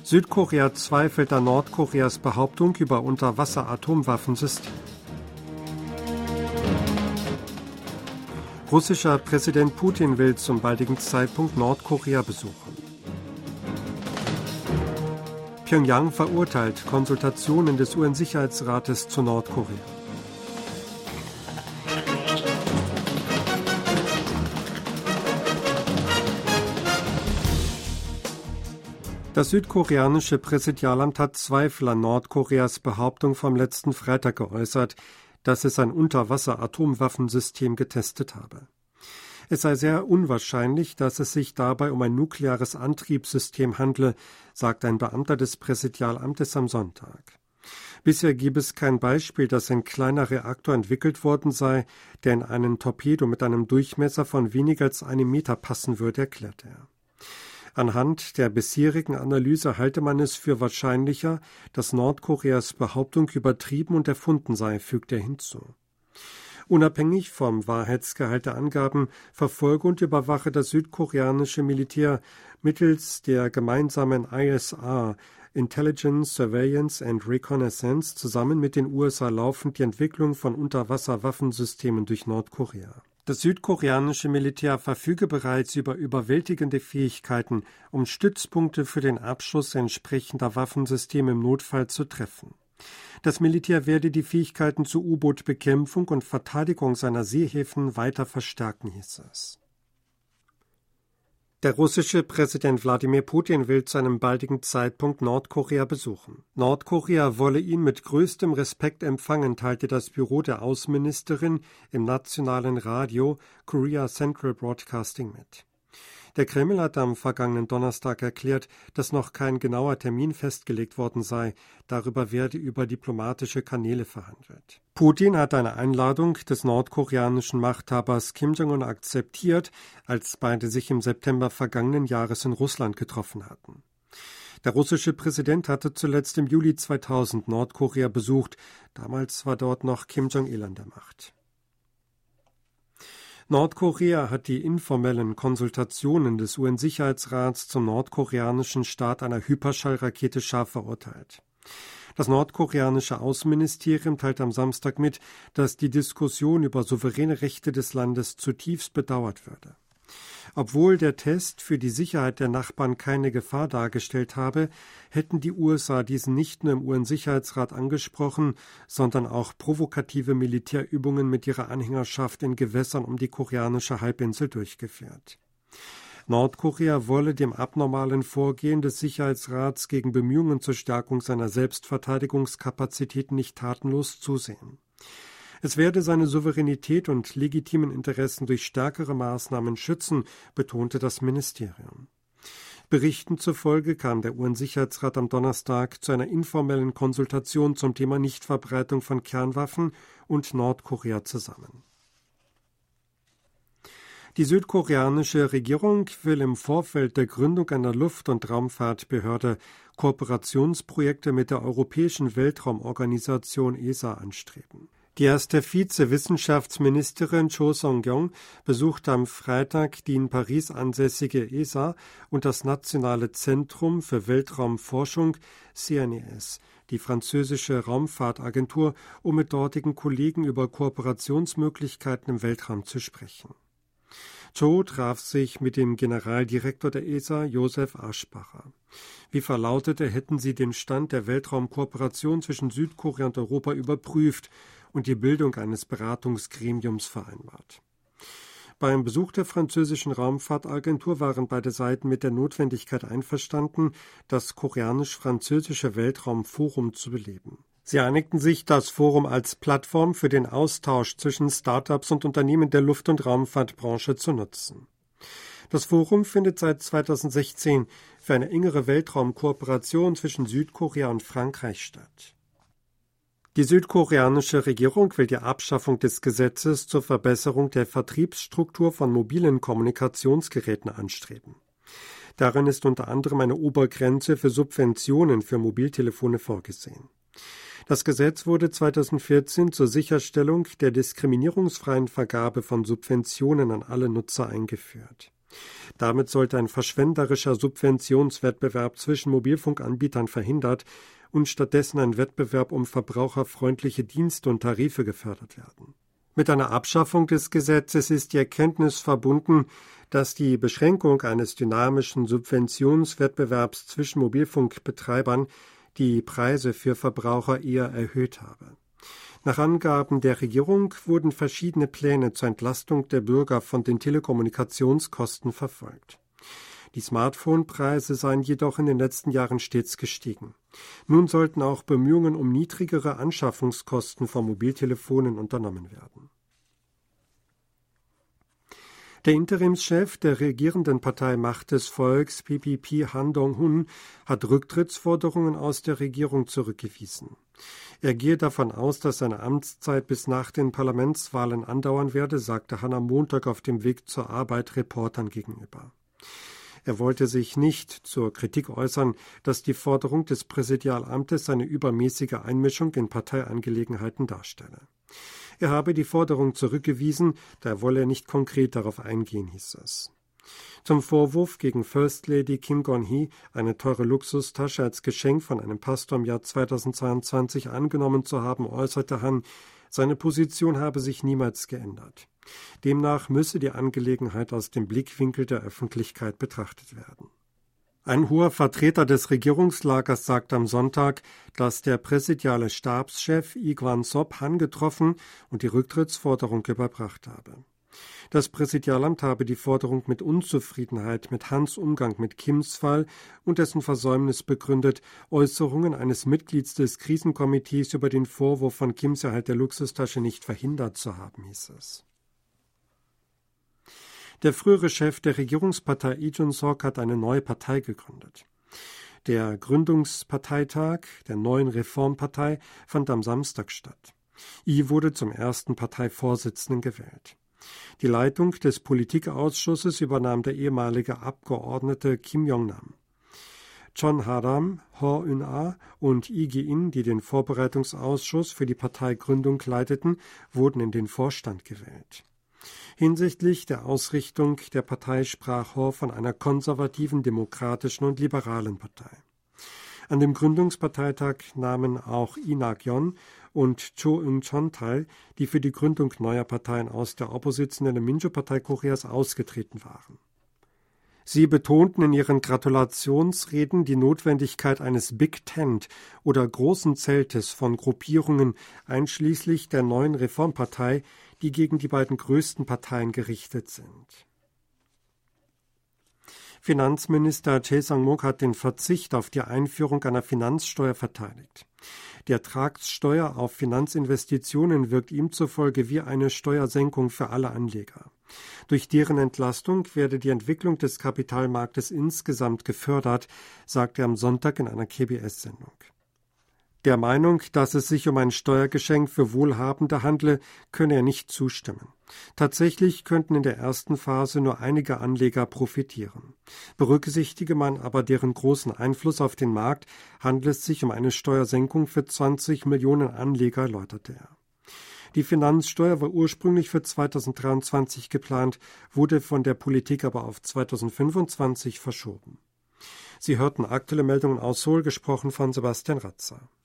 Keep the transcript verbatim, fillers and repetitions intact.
Südkorea zweifelt an Nordkoreas Behauptung über Unterwasser-Atomwaffensystem. Russischer Präsident Putin will zum baldigen Zeitpunkt Nordkorea besuchen. Pyongyang verurteilt Konsultationen des U N-Sicherheitsrates zu Nordkorea. Das südkoreanische Präsidialamt hat Zweifel an Nordkoreas Behauptung vom letzten Freitag geäußert, dass es ein Unterwasser-Atomwaffensystem getestet habe. Es sei sehr unwahrscheinlich, dass es sich dabei um ein nukleares Antriebssystem handle, sagt ein Beamter des Präsidialamtes am Sonntag. Bisher gebe es kein Beispiel, dass ein kleiner Reaktor entwickelt worden sei, der in einen Torpedo mit einem Durchmesser von weniger als einem Meter passen würde, erklärte er. Anhand der bisherigen Analyse halte man es für wahrscheinlicher, dass Nordkoreas Behauptung übertrieben und erfunden sei, fügt er hinzu. Unabhängig vom Wahrheitsgehalt der Angaben verfolge und überwache das südkoreanische Militär mittels der gemeinsamen I S R, Intelligence, Surveillance and Reconnaissance, zusammen mit den U S A laufend die Entwicklung von Unterwasserwaffensystemen durch Nordkorea. Das südkoreanische Militär verfüge bereits über überwältigende Fähigkeiten, um Stützpunkte für den Abschuss entsprechender Waffensysteme im Notfall zu treffen. Das Militär werde die Fähigkeiten zur U-Boot-Bekämpfung und Verteidigung seiner Seehäfen weiter verstärken, hieß es. Der russische Präsident Wladimir Putin will zu einem baldigen Zeitpunkt Nordkorea besuchen. Nordkorea wolle ihn mit größtem Respekt empfangen, teilte das Büro der Außenministerin im nationalen Radio Korea Central Broadcasting mit. Der Kreml hat am vergangenen Donnerstag erklärt, dass noch kein genauer Termin festgelegt worden sei. Darüber werde über diplomatische Kanäle verhandelt. Putin hat eine Einladung des nordkoreanischen Machthabers Kim Jong-un akzeptiert, als beide sich im September vergangenen Jahres in Russland getroffen hatten. Der russische Präsident hatte zuletzt im Juli zweitausend Nordkorea besucht. Damals war dort noch Kim Jong-il an der Macht. Nordkorea hat die informellen Konsultationen des U N-Sicherheitsrats zum nordkoreanischen Start einer Hyperschallrakete scharf verurteilt. Das nordkoreanische Außenministerium teilt am Samstag mit, dass die Diskussion über souveräne Rechte des Landes zutiefst bedauert würde. Obwohl der Test für die Sicherheit der Nachbarn keine Gefahr dargestellt habe, hätten die U S A diesen nicht nur im U N-Sicherheitsrat angesprochen, sondern auch provokative Militärübungen mit ihrer Anhängerschaft in Gewässern um die koreanische Halbinsel durchgeführt. Nordkorea wolle dem abnormalen Vorgehen des Sicherheitsrats gegen Bemühungen zur Stärkung seiner Selbstverteidigungskapazitäten nicht tatenlos zusehen. Es werde seine Souveränität und legitimen Interessen durch stärkere Maßnahmen schützen, betonte das Ministerium. Berichten zufolge kam der U N-Sicherheitsrat am Donnerstag zu einer informellen Konsultation zum Thema Nichtverbreitung von Kernwaffen und Nordkorea zusammen. Die südkoreanische Regierung will im Vorfeld der Gründung einer Luft- und Raumfahrtbehörde Kooperationsprojekte mit der Europäischen Weltraumorganisation E S A anstreben. Die erste Vize-Wissenschaftsministerin Cho Song-kyung besuchte am Freitag die in Paris ansässige E S A und das Nationale Zentrum für Weltraumforschung C N E S, die französische Raumfahrtagentur, um mit dortigen Kollegen über Kooperationsmöglichkeiten im Weltraum zu sprechen. Cho traf sich mit dem Generaldirektor der E S A, Josef Aschbacher. Wie verlautete, hätten sie den Stand der Weltraumkooperation zwischen Südkorea und Europa überprüft und die Bildung eines Beratungsgremiums vereinbart. Beim Besuch der französischen Raumfahrtagentur waren beide Seiten mit der Notwendigkeit einverstanden, das koreanisch-französische Weltraumforum zu beleben. Sie einigten sich, das Forum als Plattform für den Austausch zwischen Start-ups und Unternehmen der Luft- und Raumfahrtbranche zu nutzen. Das Forum findet seit zweitausendsechzehn für eine engere Weltraumkooperation zwischen Südkorea und Frankreich statt. Die südkoreanische Regierung will die Abschaffung des Gesetzes zur Verbesserung der Vertriebsstruktur von mobilen Kommunikationsgeräten anstreben. Darin ist unter anderem eine Obergrenze für Subventionen für Mobiltelefone vorgesehen. Das Gesetz wurde zweitausendvierzehn zur Sicherstellung der diskriminierungsfreien Vergabe von Subventionen an alle Nutzer eingeführt. Damit sollte ein verschwenderischer Subventionswettbewerb zwischen Mobilfunkanbietern verhindert und stattdessen ein Wettbewerb um verbraucherfreundliche Dienste und Tarife gefördert werden. Mit einer Abschaffung des Gesetzes ist die Erkenntnis verbunden, dass die Beschränkung eines dynamischen Subventionswettbewerbs zwischen Mobilfunkbetreibern die Preise für Verbraucher eher erhöht habe. Nach Angaben der Regierung wurden verschiedene Pläne zur Entlastung der Bürger von den Telekommunikationskosten verfolgt. Die Smartphone-Preise seien jedoch in den letzten Jahren stets gestiegen. Nun sollten auch Bemühungen um niedrigere Anschaffungskosten von Mobiltelefonen unternommen werden. Der Interimschef der regierenden Partei Macht des Volks, P P P, Han Dong-hun, hat Rücktrittsforderungen aus der Regierung zurückgewiesen. Er gehe davon aus, dass seine Amtszeit bis nach den Parlamentswahlen andauern werde, sagte Han am Montag auf dem Weg zur Arbeit Reportern gegenüber. Er wollte sich nicht zur Kritik äußern, dass die Forderung des Präsidialamtes eine übermäßige Einmischung in Parteiangelegenheiten darstelle. Er habe die Forderung zurückgewiesen, da wolle er nicht konkret darauf eingehen, hieß es. Zum Vorwurf gegen First Lady Kim Gon-hee, eine teure Luxustasche als Geschenk von einem Pastor im Jahr zweitausendzweiundzwanzig angenommen zu haben, äußerte Han, seine Position habe sich niemals geändert. Demnach müsse die Angelegenheit aus dem Blickwinkel der Öffentlichkeit betrachtet werden. Ein hoher Vertreter des Regierungslagers sagte am Sonntag, dass der präsidiale Stabschef Lee Kwan-sop Han getroffen und die Rücktrittsforderung überbracht habe. Das Präsidialamt habe die Forderung mit Unzufriedenheit mit Hans Umgang mit Kims Fall und dessen Versäumnis begründet, Äußerungen eines Mitglieds des Krisenkomitees über den Vorwurf von Kims Erhalt der Luxustasche nicht verhindert zu haben, hieß es. Der frühere Chef der Regierungspartei Lee Jun-sok hat eine neue Partei gegründet. Der Gründungsparteitag der neuen Reformpartei fand am Samstag statt. Lee wurde zum ersten Parteivorsitzenden gewählt. Die Leitung des Politikausschusses übernahm der ehemalige Abgeordnete Kim Yong-nam. Chon Ha-ram, Ho Eun-ah und Lee Gi-in, die den Vorbereitungsausschuss für die Parteigründung leiteten, wurden in den Vorstand gewählt. Hinsichtlich der Ausrichtung der Partei sprach Ho von einer konservativen, demokratischen und liberalen Partei. An dem Gründungsparteitag nahmen auch Lee Na-kyon und Cho Eun-chon teil, die für die Gründung neuer Parteien aus der oppositionellen Minjo-Partei Koreas ausgetreten waren. Sie betonten in ihren Gratulationsreden die Notwendigkeit eines Big Tent oder großen Zeltes von Gruppierungen einschließlich der neuen Reformpartei, die gegen die beiden größten Parteien gerichtet sind. Finanzminister Chae Sang-mok hat den Verzicht auf die Einführung einer Finanzsteuer verteidigt. Die Ertragssteuer auf Finanzinvestitionen wirkt ihm zufolge wie eine Steuersenkung für alle Anleger. Durch deren Entlastung werde die Entwicklung des Kapitalmarktes insgesamt gefördert, sagte er am Sonntag in einer K B S-Sendung. Der Meinung, dass es sich um ein Steuergeschenk für Wohlhabende handle, könne er nicht zustimmen. Tatsächlich könnten in der ersten Phase nur einige Anleger profitieren. Berücksichtige man aber deren großen Einfluss auf den Markt, handelt es sich um eine Steuersenkung für zwanzig Millionen Anleger, erläuterte er. Die Finanzsteuer war ursprünglich für zweitausenddreiundzwanzig geplant, wurde von der Politik aber auf zweitausendfünfundzwanzig verschoben. Sie hörten aktuelle Meldungen aus Seoul, gesprochen von Sebastian Ratzer.